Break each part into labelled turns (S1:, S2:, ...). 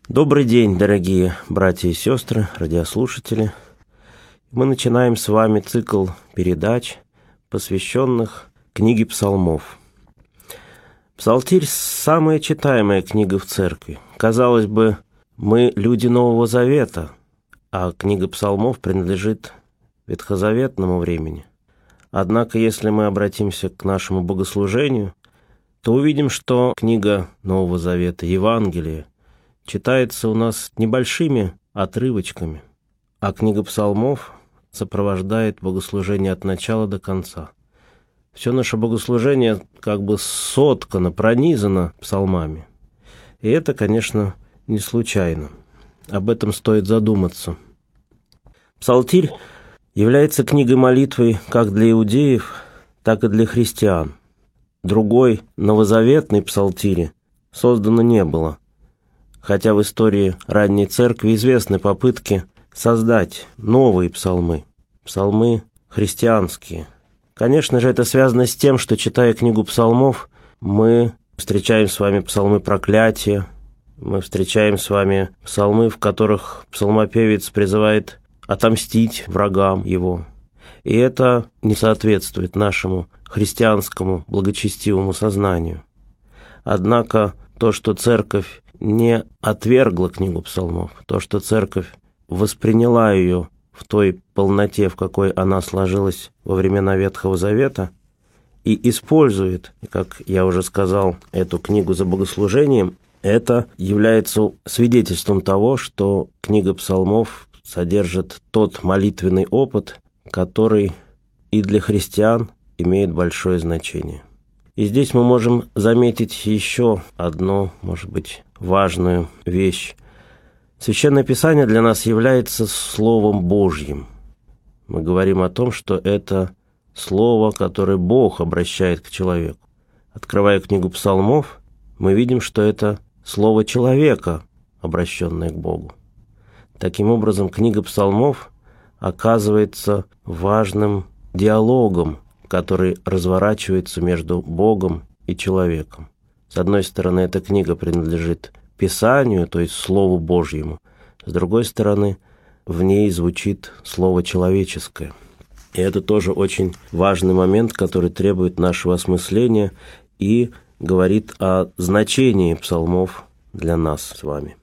S1: Добрый день, дорогие братья и сестры, радиослушатели. Мы начинаем с вами цикл передач, посвященных книге псалмов. Псалтирь – самая читаемая книга в церкви. Казалось бы, мы люди Нового Завета, а книга псалмов принадлежит ветхозаветному времени. Однако, если мы обратимся к нашему богослужению, то увидим, что книга Нового Завета, Евангелие, читается у нас небольшими отрывочками, а книга псалмов сопровождает богослужение от начала до конца. Все наше богослужение как бы соткано, пронизано псалмами. И это, конечно, не случайно. Об этом стоит задуматься. Псалтирь является книгой молитвы как для иудеев, так и для христиан. Другой новозаветной псалтири создано не было, хотя в истории ранней церкви известны попытки создать новые псалмы, псалмы христианские. Конечно же, это связано с тем, что, читая книгу псалмов, мы встречаем с вами псалмы проклятия, мы встречаем с вами псалмы, в которых псалмопевец призывает отомстить врагам его. И это не соответствует нашему христианскому благочестивому сознанию. Однако то, что церковь не отвергла книгу псалмов, то, что церковь восприняла ее в той полноте, в какой она сложилась во времена Ветхого Завета, и использует, как я уже сказал, эту книгу за богослужением, это является свидетельством того, что книга псалмов содержит тот молитвенный опыт, который и для христиан имеет большое значение. И здесь мы можем заметить еще одну, может быть, важную вещь. Священное Писание для нас является Словом Божьим. Мы говорим о том, что это Слово, которое Бог обращает к человеку. Открывая книгу псалмов, мы видим, что это Слово человека, обращенное к Богу. Таким образом, книга псалмов оказывается важным диалогом, который разворачивается между Богом и человеком. С одной стороны, эта книга принадлежит Писанию, то есть Слову Божьему. С другой стороны, в ней звучит слово человеческое. И это тоже очень важный момент, который требует нашего осмысления и говорит о значении псалмов для нас с вами.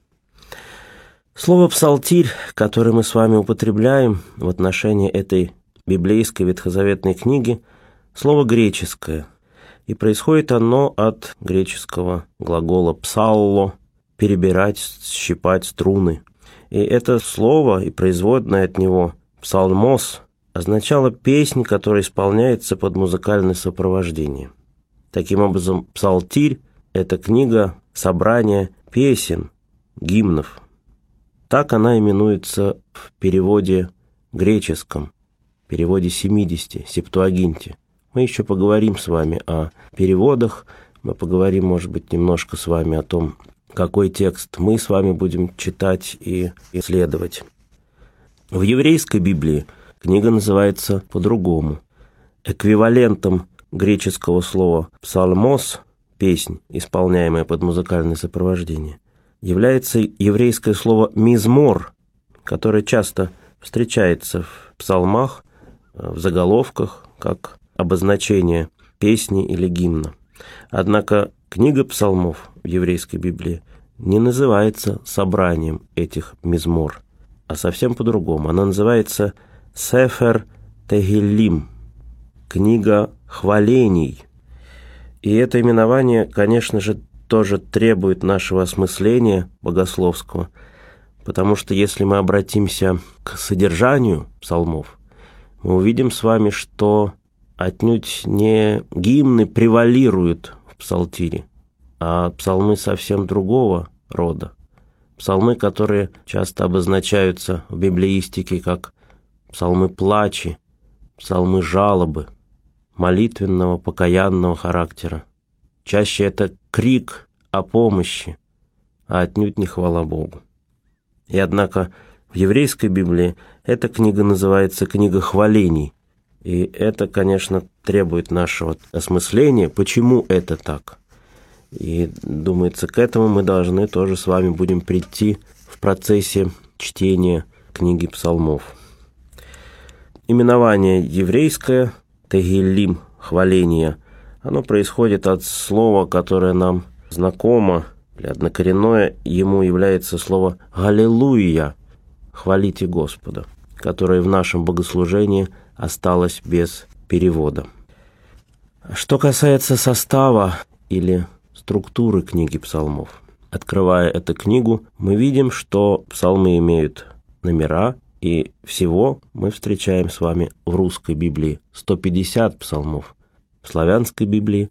S1: Слово «псалтирь», которое мы с вами употребляем в отношении этой библейской ветхозаветной книги, слово греческое, и происходит оно от греческого глагола «псалло» – перебирать, щипать струны. И это слово, и производное от него «псалмос» означало песнь, которая исполняется под музыкальное сопровождение. Таким образом, «псалтирь» – это книга собрания песен, гимнов. Так она именуется в переводе греческом, переводе 70, Септуагинте. Мы еще поговорим с вами о переводах, мы поговорим, может быть, немножко с вами о том, какой текст мы с вами будем читать и исследовать. В еврейской Библии книга называется по-другому. Эквивалентом греческого слова «псалмос» – песнь, исполняемая под музыкальное сопровождение, является еврейское слово «мизмор», которое часто встречается в псалмах, в заголовках, как обозначение песни или гимна. Однако книга псалмов в еврейской Библии не называется собранием этих мизмор, а совсем по-другому. Она называется Сефер Тегиллим, книга хвалений. И это именование, конечно же, тоже требует нашего осмысления богословского, потому что если мы обратимся к содержанию псалмов, мы увидим с вами, что отнюдь не гимны превалируют в псалтире, а псалмы совсем другого рода. Псалмы, которые часто обозначаются в библеистике как псалмы плачи, псалмы жалобы, молитвенного, покаянного характера. Чаще это крик о помощи, а отнюдь не хвала Богу. И однако в еврейской Библии эта книга называется «Книга хвалений». И это, конечно, требует нашего осмысления, почему это так. И, думается, к этому мы должны тоже с вами будем прийти в процессе чтения книги псалмов. Именование еврейское, тегиллим, хваление, оно происходит от слова, которое нам знакомо, или однокоренное, ему является слово «Галилуя», «Хвалите Господа», которое в нашем богослужении осталось без перевода. Что касается состава или структуры книги псалмов, открывая эту книгу, мы видим, что псалмы имеют номера, и всего мы встречаем с вами в русской Библии 150 псалмов, в славянской Библии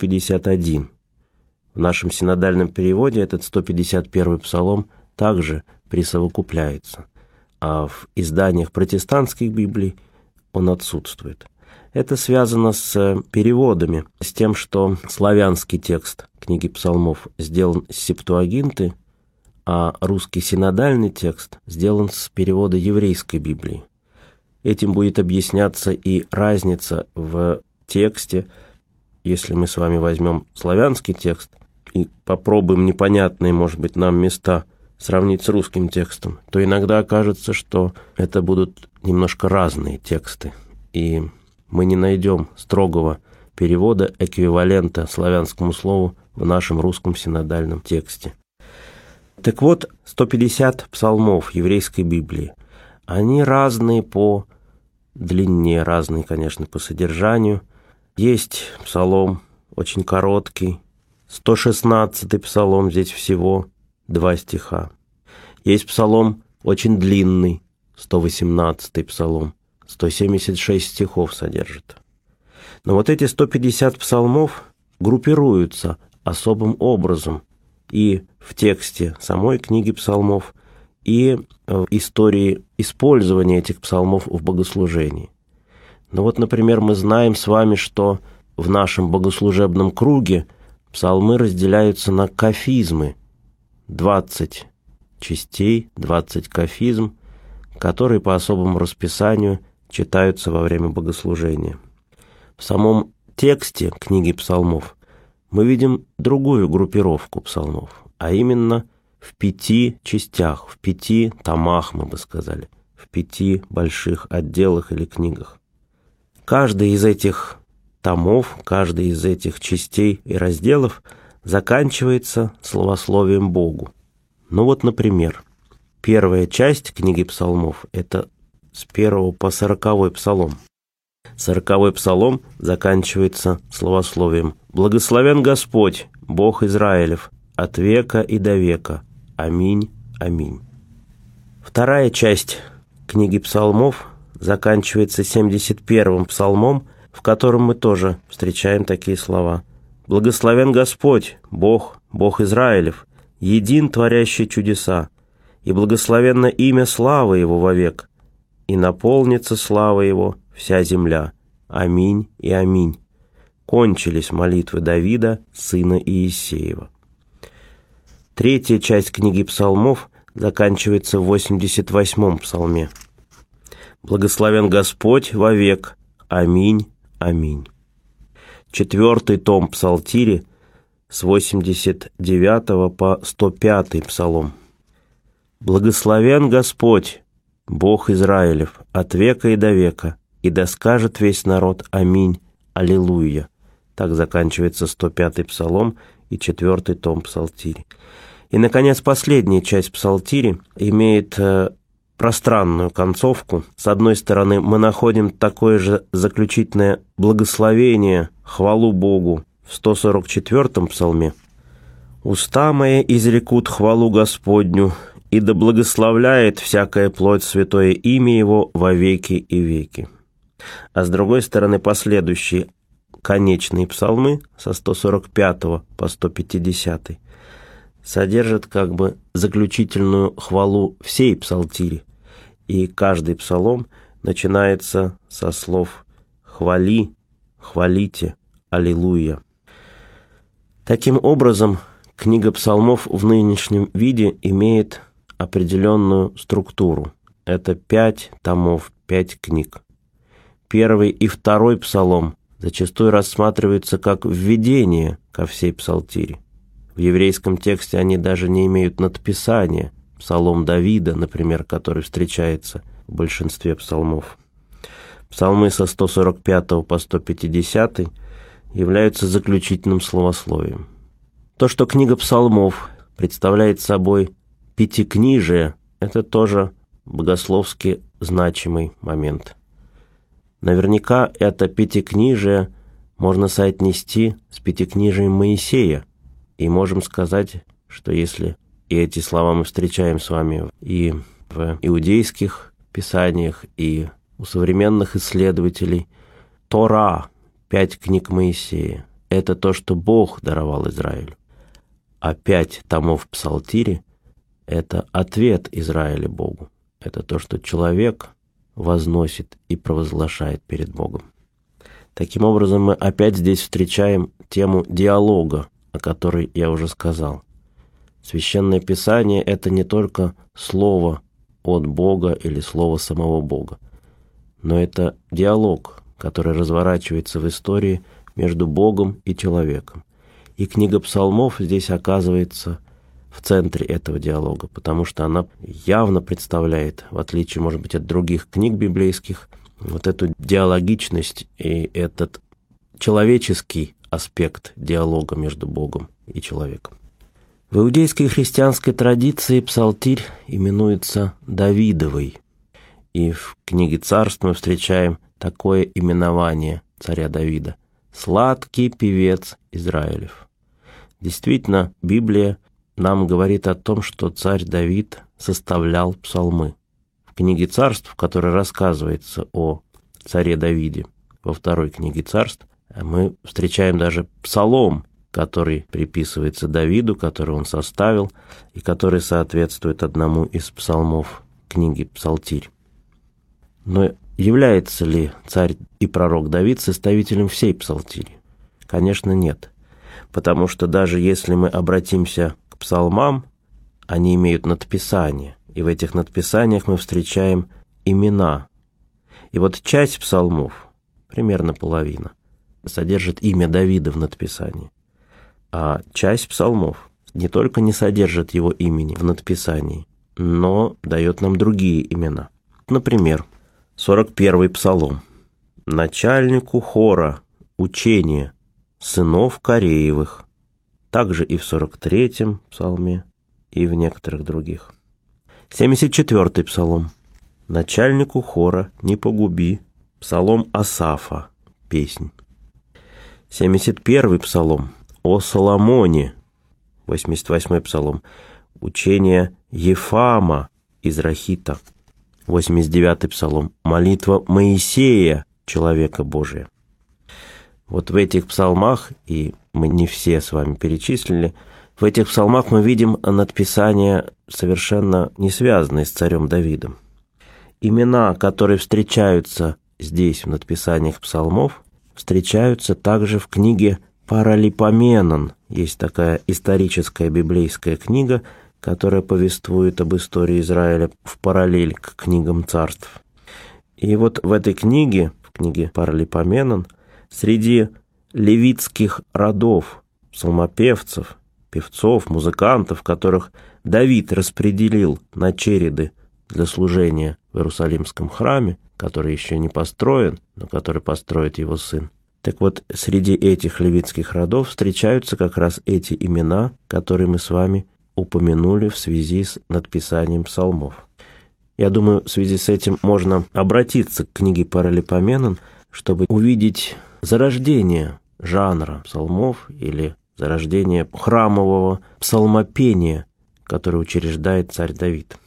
S1: 151. В нашем синодальном переводе этот 151 псалом также присовокупляется, а в изданиях протестантских Библий он отсутствует. Это связано с переводами, с тем, что славянский текст книги псалмов сделан с Септуагинты, а русский синодальный текст сделан с перевода еврейской Библии. Этим будет объясняться и разница в тексте. Если мы с вами возьмем славянский текст и попробуем непонятные, может быть, нам места сравнить с русским текстом, то иногда окажется, что это будут немножко разные тексты, и мы не найдем строгого перевода, эквивалента славянскому слову в нашем русском синодальном тексте. Так вот, 150 псалмов еврейской Библии, они разные по длине, разные, конечно, по содержанию. Есть псалом очень короткий, 116-й псалом, здесь всего 2 стиха. Есть псалом очень длинный, 118-й псалом, 176 стихов содержит. Но вот эти 150 псалмов группируются особым образом и в тексте самой книги псалмов, и в истории использования этих псалмов в богослужении. Ну вот, например, мы знаем с вами, что в нашем богослужебном круге псалмы разделяются на кафизмы, 20 частей, 20 кафизм, которые по особому расписанию читаются во время богослужения. В самом тексте книги псалмов мы видим другую группировку псалмов, а именно в 5 частях, в 5 томах, мы бы сказали, в 5 больших отделах или книгах. Каждый из этих томов, каждый из этих частей и разделов заканчивается славословием Богу. Ну вот, например, первая часть книги псалмов – это с 1 по 40 псалом. 40 псалом заканчивается славословием «Благословен Господь, Бог Израилев, от века и до века. Аминь, аминь». Вторая часть книги псалмов заканчивается 71-м псалмом, в котором мы тоже встречаем такие слова. «Благословен Господь, Бог Израилев, един творящий чудеса, и благословенно имя славы Его вовек, и наполнится слава Его вся земля. Аминь и аминь». Кончились молитвы Давида, сына Иессеева. Третья часть книги псалмов заканчивается в 88-м псалме. «Благословен Господь вовек. Аминь, аминь». 4-й том Псалтири с 89 по 105 псалом. «Благословен Господь, Бог Израилев, от века и до века, и да скажет весь народ Аминь, Аллилуйя». Так заканчивается 105-й псалом и 4-й том Псалтири. И, наконец, последняя часть Псалтири имеет пространную концовку. С одной стороны, мы находим такое же заключительное благословение, хвалу Богу в 144-м псалме. «Уста мои изрекут хвалу Господню, и да благословляет всякая плоть святое имя Его во веки и веки». А с другой стороны, последующие конечные псалмы со 145 по 150 содержат как бы заключительную хвалу всей Псалтири, и каждый псалом начинается со слов «Хвали, хвалите, аллилуйя». Таким образом, книга псалмов в нынешнем виде имеет определенную структуру. Это 5 томов, 5 книг. 1 и 2 псалом зачастую рассматриваются как введение ко всей Псалтире. В еврейском тексте они даже не имеют надписания. Псалом Давида, например, который встречается в большинстве псалмов. Псалмы со 145 по 150 являются заключительным словословием. То, что книга псалмов представляет собой пятикнижие, это тоже богословски значимый момент. Наверняка это пятикнижие можно соотнести с пятикнижием Моисея, и можем сказать, что если и эти слова мы встречаем с вами и в иудейских писаниях, и у современных исследователей, Тора, 5 книг Моисея, это то, что Бог даровал Израилю. А 5 томов в Псалтире – это ответ Израиля Богу. Это то, что человек возносит и провозглашает перед Богом. Таким образом, мы опять здесь встречаем тему диалога, о которой я уже сказал. Священное Писание – это не только слово от Бога или слово самого Бога, но это диалог, который разворачивается в истории между Богом и человеком. И книга псалмов здесь оказывается в центре этого диалога, потому что она явно представляет, в отличие, может быть, от других книг библейских, вот эту диалогичность и этот человеческий аспект диалога между Богом и человеком. В иудейской и христианской традиции псалтирь именуется Давидовой, и в книге Царств мы встречаем такое именование царя Давида – «Сладкий певец Израилев». Действительно, Библия нам говорит о том, что царь Давид составлял псалмы. В книге Царств, в которой рассказывается о царе Давиде, во второй книге Царств, мы встречаем даже псалом, который приписывается Давиду, который он составил, и который соответствует одному из псалмов книги «Псалтирь». Но является ли царь и пророк Давид составителем всей псалтири? Конечно, нет. Потому что даже если мы обратимся к псалмам, они имеют надписание, и в этих надписаниях мы встречаем имена. И вот часть псалмов, примерно половина, содержит имя Давида в надписании. А часть псалмов не только не содержит его имени в надписании, но дает нам другие имена. Например, 41-й псалом. «Начальнику хора учение сынов Кореевых». Также и в 43-м псалме, и в некоторых других. 74-й псалом. «Начальнику хора не погуби». Псалом Асафа, песнь. 71-й псалом. «О Соломоне». 88-й псалом. Учение Ефама из Рахита. 89-й псалом. Молитва Моисея, человека Божия. Вот в этих псалмах, и мы не все с вами перечислили, в этих псалмах мы видим надписания, совершенно не связанные с царем Давидом. Имена, которые встречаются здесь в надписаниях псалмов, встречаются также в книге Паралипоменон. Есть такая историческая библейская книга, которая повествует об истории Израиля в параллель к книгам царств. И вот в этой книге, в книге Паралипоменон, среди левитских родов, псалмопевцев, певцов, музыкантов, которых Давид распределил на череды для служения в Иерусалимском храме, который еще не построен, но который построит его сын. Так вот, среди этих левитских родов встречаются как раз эти имена, которые мы с вами упомянули в связи с надписанием псалмов. Я думаю, в связи с этим можно обратиться к книге Паралипоменон, чтобы увидеть зарождение жанра псалмов или зарождение храмового псалмопения, которое учреждает царь Давид.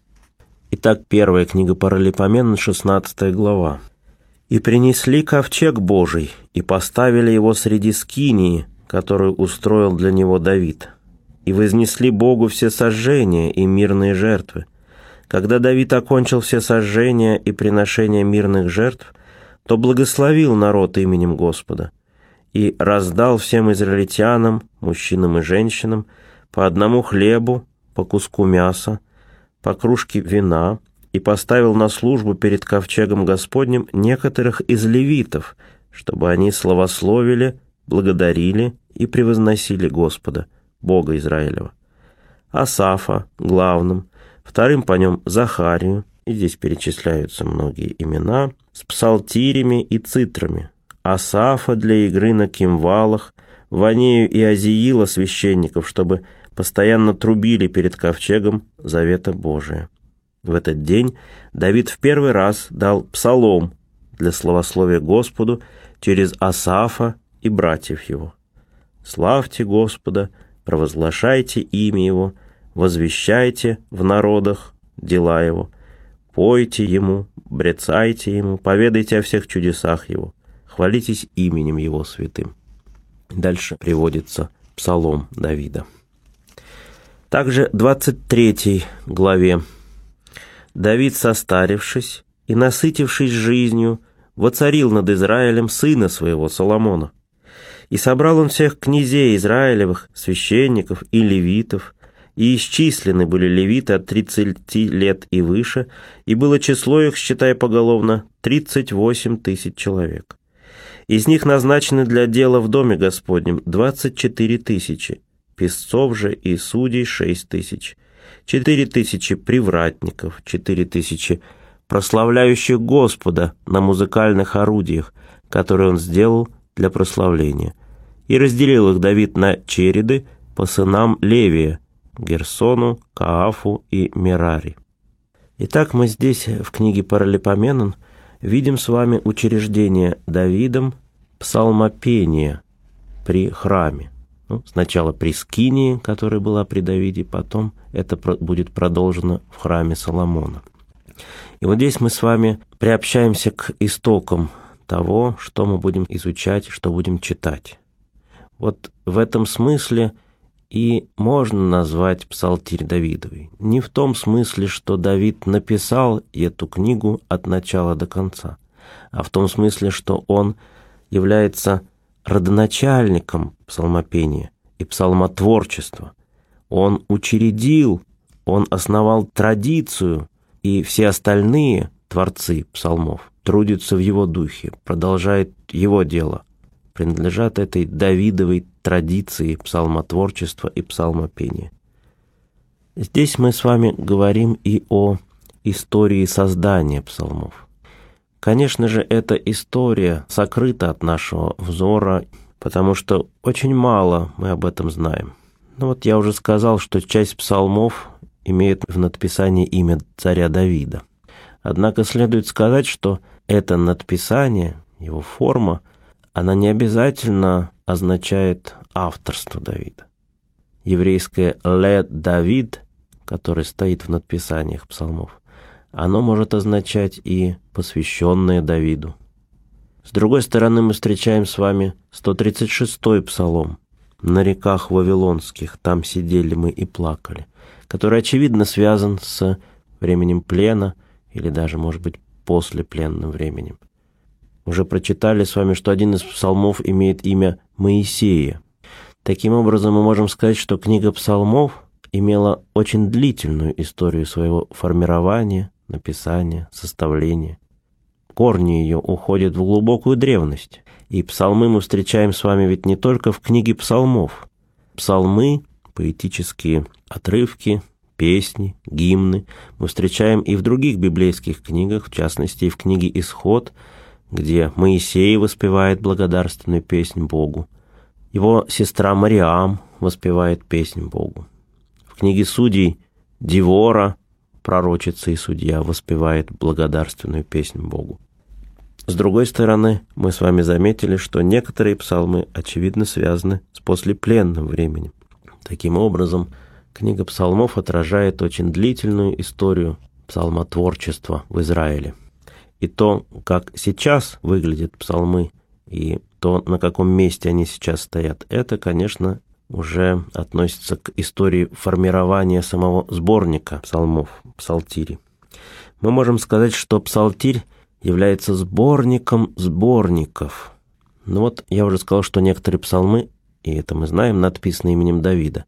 S1: Итак, первая книга Паралипоменон, 16 глава. «И принесли ковчег Божий, и поставили его среди скинии, которую устроил для него Давид, и вознесли Богу все сожжения и мирные жертвы. Когда Давид окончил все сожжения и приношения мирных жертв, то благословил народ именем Господа и раздал всем израильтянам, мужчинам и женщинам, по одному хлебу, по куску мяса, по кружке вина, и поставил на службу перед ковчегом Господним некоторых из левитов, чтобы они славословили, благодарили и превозносили Господа, Бога Израилева, Асафа главным, вторым по нем Захарию, и здесь перечисляются многие имена, с псалтирями и цитрами, Асафа для игры на кимвалах, Ванею и Азиила священников, чтобы постоянно трубили перед ковчегом завета Божия. В этот день Давид в первый раз дал псалом для славословия Господу через Асафа и братьев его. «Славьте Господа, провозглашайте имя Его, возвещайте в народах дела Его, пойте Ему, брецайте Ему, поведайте о всех чудесах Его, хвалитесь именем Его святым». Дальше приводится псалом Давида. Также в 23 главе Давид, состарившись и насытившись жизнью, воцарил над Израилем сына своего Соломона. И собрал он всех князей Израилевых, священников и левитов, и исчислены были левиты от 30 лет и выше, и было число их, считая поголовно, 38 тысяч человек. Из них назначены для дела в доме Господнем 24 тысячи, песцов же и судей 6 тысяч, 4 тысячи привратников, 4 тысячи прославляющих Господа на музыкальных орудиях, которые он сделал для прославления. И разделил их Давид на череды по сынам Левия, Герсону, Каафу и Мерари. Итак, мы здесь в книге Паралипоменон видим с вами учреждение Давидом псалмопения при храме. Сначала при скинии, которая была при Давиде, потом это будет продолжено в храме Соломона. И вот здесь мы с вами приобщаемся к истокам того, что мы будем изучать, что будем читать. Вот в этом смысле и можно назвать псалтирь Давидовый. Не в том смысле, что Давид написал эту книгу от начала до конца, а в том смысле, что он является родоначальником псалмопения и псалмотворчества. Он учредил, он основал традицию, и все остальные творцы псалмов трудятся в его духе, продолжают его дело, принадлежат этой Давидовой традиции псалмотворчества и псалмопения. Здесь мы с вами говорим и о истории создания псалмов. Конечно же, эта история сокрыта от нашего взора, потому что очень мало мы об этом знаем. Вот я уже сказал, что часть псалмов имеет в надписании имя царя Давида. Однако следует сказать, что это надписание, его форма, она не обязательно означает авторство Давида. Еврейское «ле Давид», которое стоит в надписаниях псалмов, оно может означать и посвященное Давиду. С другой стороны, мы встречаем с вами 136-й псалом «На реках Вавилонских, там сидели мы и плакали», который, очевидно, связан с временем плена или даже, может быть, послепленным временем. Уже прочитали с вами, что один из псалмов имеет имя Моисея. Таким образом, мы можем сказать, что книга псалмов имела очень длительную историю своего формирования, написания, составления. Корни ее уходят в глубокую древность. И псалмы мы встречаем с вами ведь не только в книге псалмов. Псалмы, поэтические отрывки, песни, гимны мы встречаем и в других библейских книгах, в частности, и в книге «Исход», где Моисей воспевает благодарственную песнь Богу. Его сестра Мариам воспевает песнь Богу. В книге Судей Девора, пророчица и судья, воспевает благодарственную песнь Богу. С другой стороны, мы с вами заметили, что некоторые псалмы, очевидно, связаны с послепленным временем. Таким образом, книга псалмов отражает очень длительную историю псалмотворчества в Израиле. И то, как сейчас выглядят псалмы, и то, на каком месте они сейчас стоят, это, конечно, уже относится к истории формирования самого сборника псалмов, псалтири. Мы можем сказать, что псалтирь является сборником сборников. Ну вот, я уже сказал, что некоторые псалмы, и это мы знаем, написаны именем Давида.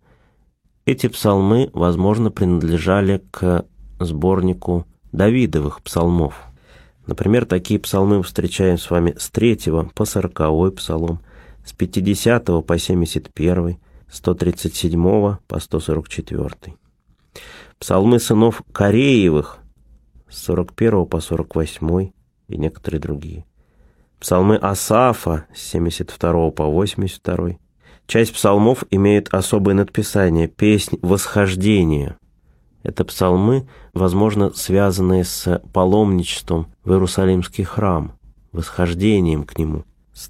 S1: Эти псалмы, возможно, принадлежали к сборнику Давидовых псалмов. Например, такие псалмы мы встречаем с вами с 3 по 40 псалом, с 50 по 71, 137 по 144. Псалмы сынов Кореевых с 41 по 48 и некоторые другие. Псалмы Асафа с 72 по 82. Часть псалмов имеет особое надписание «Песнь восхождения». Это псалмы, возможно, связанные с паломничеством в Иерусалимский храм, восхождением к нему.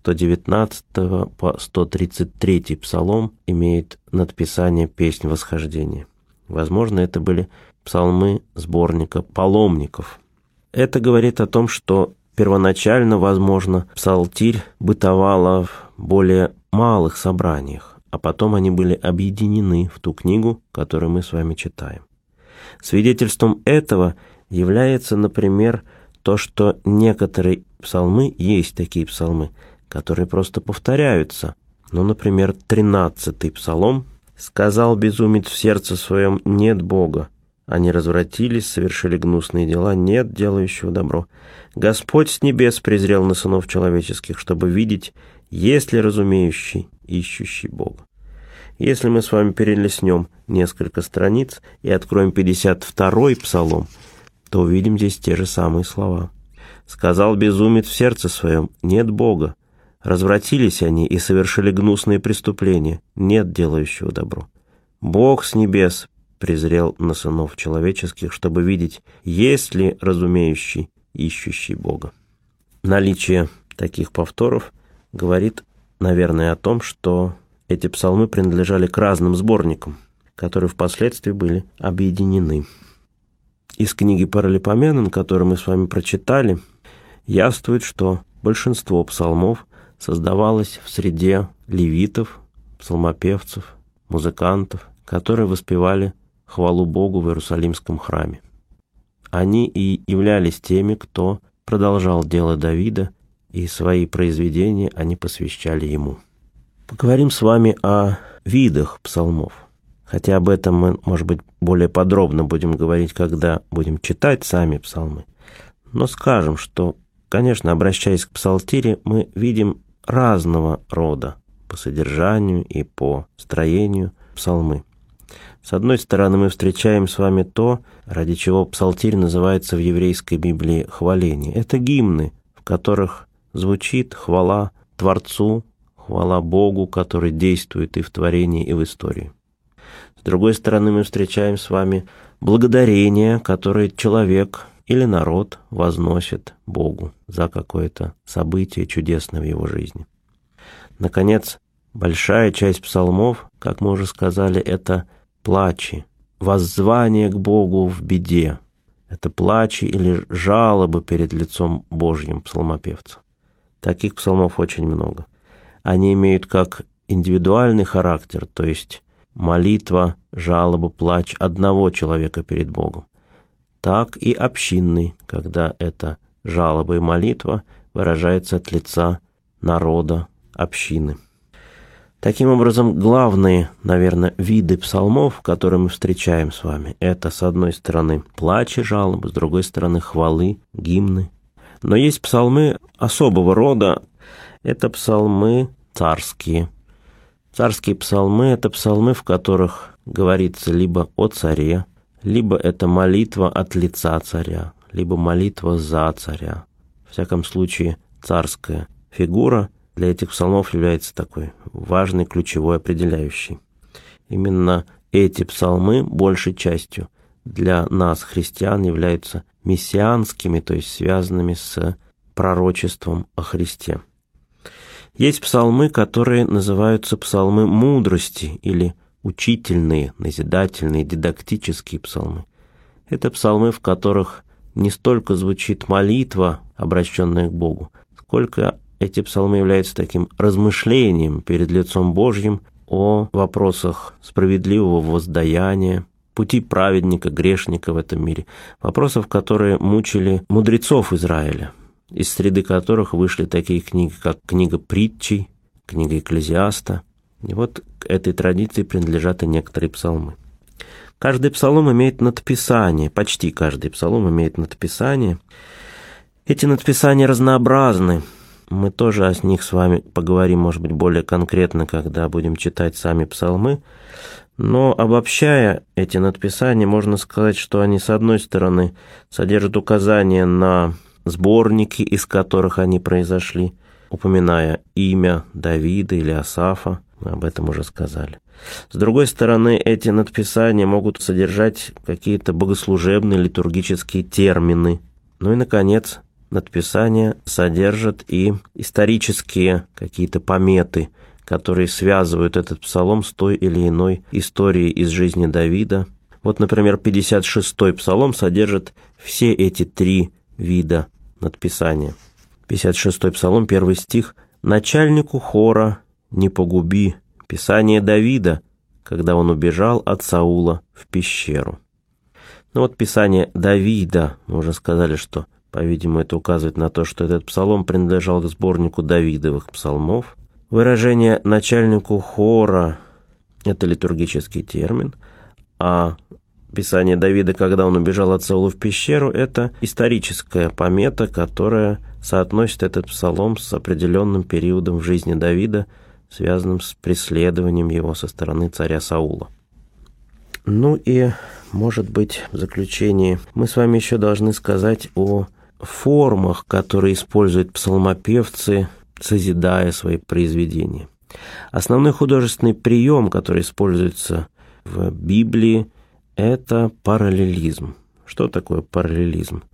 S1: 119 по 133 псалом имеет надписание «Песнь восхождения». Возможно, это были псалмы сборника паломников. Это говорит о том, что первоначально, возможно, псалтирь бытовала в более малых собраниях, а потом они были объединены в ту книгу, которую мы с вами читаем. Свидетельством этого является, например, то, что некоторые псалмы, есть такие псалмы, которые просто повторяются. Ну, например, 13-й псалом: «Сказал безумец в сердце своем: нет Бога. Они развратились, совершили гнусные дела, нет делающего добро. Господь с небес презрел на сынов человеческих, чтобы видеть, есть ли разумеющий, ищущий Бога». Если мы с вами перелистнем несколько страниц и откроем 52-й псалом, то увидим здесь те же самые слова. «Сказал безумец в сердце своем: нет Бога. Развратились они и совершили гнусные преступления, нет делающего добро. Бог с небес презрел на сынов человеческих, чтобы видеть, есть ли разумеющий, ищущий Бога». Наличие таких повторов говорит, наверное, о том, что эти псалмы принадлежали к разным сборникам, которые впоследствии были объединены. Из книги Паралипоменон, которую мы с вами прочитали, явствует, что большинство псалмов создавалось в среде левитов, псалмопевцев, музыкантов, которые воспевали хвалу Богу в Иерусалимском храме. Они и являлись теми, кто продолжал дело Давида, и свои произведения они посвящали ему. Поговорим с вами о видах псалмов. Хотя об этом мы, может быть, более подробно будем говорить, когда будем читать сами псалмы. Но скажем, что, конечно, обращаясь к псалтире, мы видим разного рода по содержанию и по строению псалмы. С одной стороны, мы встречаем с вами то, ради чего псалтирь называется в еврейской Библии хваление. Это гимны, в которых звучит хвала Творцу, хвала Богу, который действует и в творении, и в истории. С другой стороны, мы встречаем с вами благодарение, которое человек или народ возносит Богу за какое-то событие чудесное в его жизни. Наконец, большая часть псалмов, как мы уже сказали, это плачи, воззвание к Богу в беде. Это плачи или жалобы перед лицом Божьим псалмопевца. Таких псалмов очень много. Они имеют как индивидуальный характер, то есть молитва, жалоба, плач одного человека перед Богом, так и общинный, когда эта жалоба и молитва выражается от лица народа, общины. Таким образом, главные, наверное, виды псалмов, которые мы встречаем с вами, это, с одной стороны, плачи, жалобы, с другой стороны, хвалы, гимны. Но есть псалмы особого рода. Это псалмы царские. Царские псалмы – это псалмы, в которых говорится либо о царе, либо это молитва от лица царя, либо молитва за царя. В всяком случае, царская фигура для этих псалмов является такой важной, ключевой, определяющей. Именно эти псалмы, большей частью, для нас, христиан, являются мессианскими, то есть связанными с пророчеством о Христе. Есть псалмы, которые называются псалмы мудрости или учительные, назидательные, дидактические псалмы. Это псалмы, в которых не столько звучит молитва, обращенная к Богу, сколько эти псалмы являются таким размышлением перед лицом Божьим о вопросах справедливого воздаяния, пути праведника, грешника в этом мире, вопросов, которые мучили мудрецов Израиля, из среды которых вышли такие книги, как книга Притчей, книга Экклезиаста. И вот к этой традиции принадлежат и некоторые псалмы. Каждый псалом имеет надписание, почти каждый псалом имеет надписание. Эти надписания разнообразны. Мы тоже о них с вами поговорим, может быть, более конкретно, когда будем читать сами псалмы. Но обобщая эти надписания, можно сказать, что они, с одной стороны, содержат указания на сборники, из которых они произошли, упоминая имя Давида или Асафа, мы об этом уже сказали. С другой стороны, эти надписания могут содержать какие-то богослужебные литургические термины. Ну и, наконец, надписания содержат и исторические какие-то пометы, которые связывают этот псалом с той или иной историей из жизни Давида. Вот, например, 56-й псалом содержит все эти три вида надписания. 56-й псалом, 1 стих. «Начальнику хора не погуби, писание Давида, когда он убежал от Саула в пещеру». Ну вот писание Давида, мы уже сказали, что, по-видимому, это указывает на то, что этот псалом принадлежал к сборнику Давидовых псалмов. Выражение «начальнику хора» – это литургический термин, а писание Давида, когда он убежал от Саула в пещеру, это историческая помета, которая соотносит этот псалом с определенным периодом в жизни Давида, связанным с преследованием его со стороны царя Саула. Ну и, может быть, в заключении мы с вами еще должны сказать о формах, которые используют псалмопевцы, созидая свои произведения. Основной художественный прием, который используется в Библии, это параллелизм. Что такое параллелизм?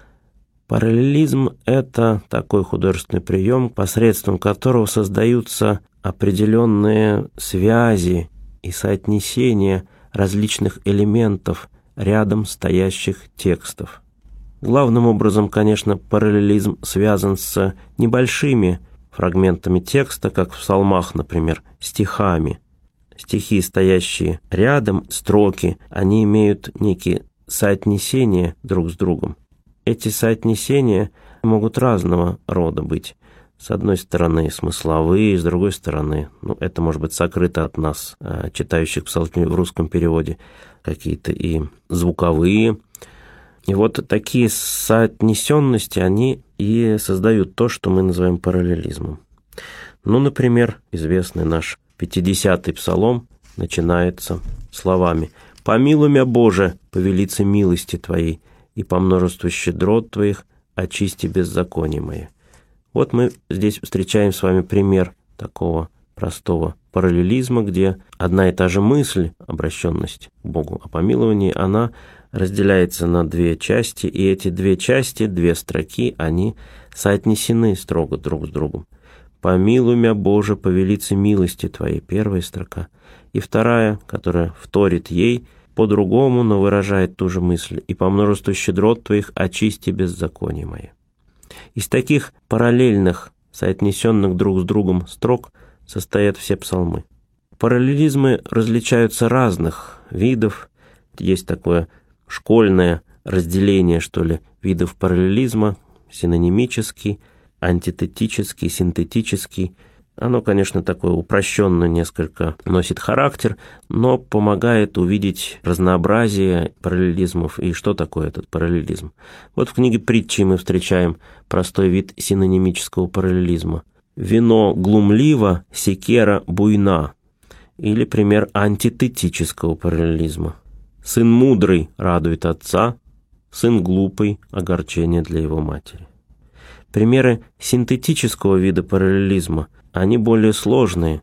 S1: Параллелизм – это такой художественный прием, посредством которого создаются определенные связи и соотнесения различных элементов рядом стоящих текстов. Главным образом, конечно, параллелизм связан с небольшими фрагментами текста, как в псалмах, например, стихами. Стихи, стоящие рядом, строки, они имеют некие соотнесения друг с другом. Эти соотнесения могут разного рода быть. С одной стороны смысловые, с другой стороны, это может быть сокрыто от нас, читающих псалмы в русском переводе, какие-то и звуковые. И вот такие соотнесенности, они и создают то, что мы называем параллелизмом. Например, известный наш 50-й псалом начинается словами «Помилуй мя, Боже, по велице милости Твоей, и по множеству щедрот Твоих очисти беззаконие мое». Вот мы здесь встречаем с вами пример такого простого параллелизма, где одна и та же мысль, обращенность к Богу о помиловании, она разделяется на две части, и эти две части, две строки, они соотнесены строго друг с другом. «Помилуй мя, Боже, по велице милости Твоей» – первая строка, и вторая, которая вторит ей, по-другому, но выражает ту же мысль: «И по множеству щедрот Твоих очисти беззаконие мое». Из таких параллельных, соотнесенных друг с другом строк состоят все псалмы. Параллелизмы различаются разных видов. Есть такое школьное разделение, видов параллелизма: синонимический, антитетический, синтетический. Оно, конечно, такое упрощенно несколько носит характер, но помогает увидеть разнообразие параллелизмов и что такое этот параллелизм. Вот в книге «Притчи» мы встречаем простой вид синонимического параллелизма. «Вино глумливо, секера буйна». Или пример антитетического параллелизма. «Сын мудрый радует отца, сын глупый – огорчение для его матери». Примеры синтетического вида параллелизма, они более сложные.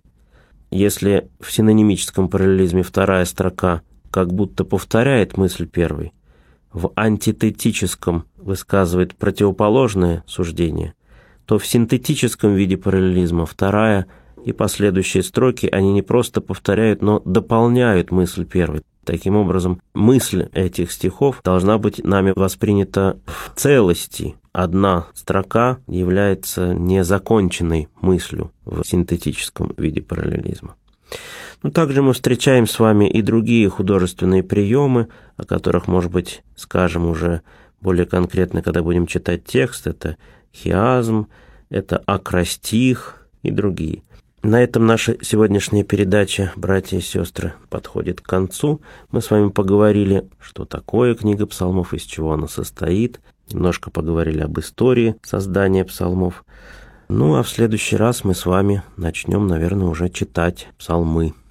S1: Если в синонимическом параллелизме вторая строка как будто повторяет мысль первой, в антитетическом высказывает противоположное суждение, то в синтетическом виде параллелизма вторая и последующие строки, они не просто повторяют, но дополняют мысль первой. Таким образом, мысль этих стихов должна быть нами воспринята в целости. Одна строка является незаконченной мыслью в синтетическом виде параллелизма. Также мы встречаем с вами и другие художественные приемы, о которых, может быть, скажем уже более конкретно, когда будем читать текст. Это хиазм, это акростих и другие. На этом наша сегодняшняя передача, братья и сестры, подходит к концу. Мы с вами поговорили, что такое книга псалмов, из чего она состоит. Немножко поговорили об истории создания псалмов. Ну а в следующий раз мы с вами начнем, наверное, уже читать псалмы.